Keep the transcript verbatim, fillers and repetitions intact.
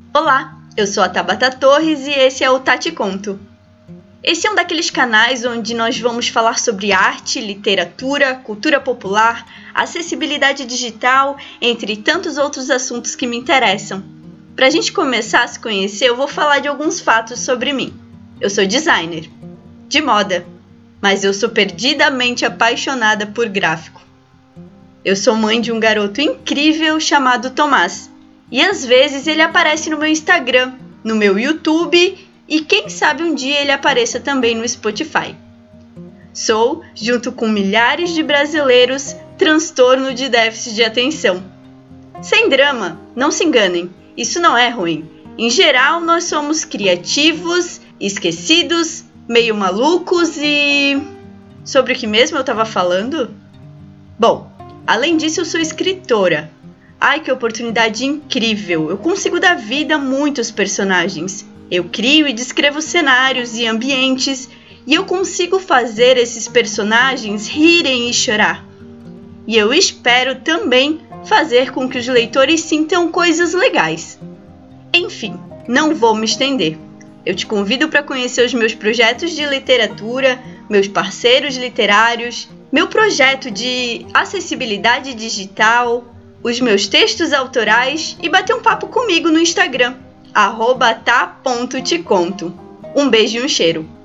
Olá, eu sou a Tabata Torres e esse é o Tá Te Conto. Esse é um daqueles canais onde nós vamos falar sobre arte, literatura, cultura popular, acessibilidade digital, entre tantos outros assuntos que me interessam. Para a gente começar a se conhecer, eu vou falar de alguns fatos sobre mim. Eu sou designer, de moda, mas eu sou perdidamente apaixonada por gráfico. Eu sou mãe de um garoto incrível chamado Tomás. E às vezes ele aparece no meu Instagram, no meu YouTube e quem sabe um dia ele apareça também no Spotify. Sou, junto com milhares de brasileiros, transtorno de déficit de atenção. Sem drama, não se enganem, isso não é ruim. Em geral, nós somos criativos, esquecidos, meio malucos e... Sobre o que mesmo eu estava falando? Bom, além disso eu sou escritora. Ai, que oportunidade incrível! Eu consigo dar vida a muitos personagens. Eu crio e descrevo cenários e ambientes e eu consigo fazer esses personagens rirem e chorar. E eu espero também fazer com que os leitores sintam coisas legais. Enfim, não vou me estender. Eu te convido para conhecer os meus projetos de literatura, meus parceiros literários, meu projeto de acessibilidade digital, os meus textos autorais e bater um papo comigo no Instagram, arroba tá ponto te conto. Um beijo e um cheiro!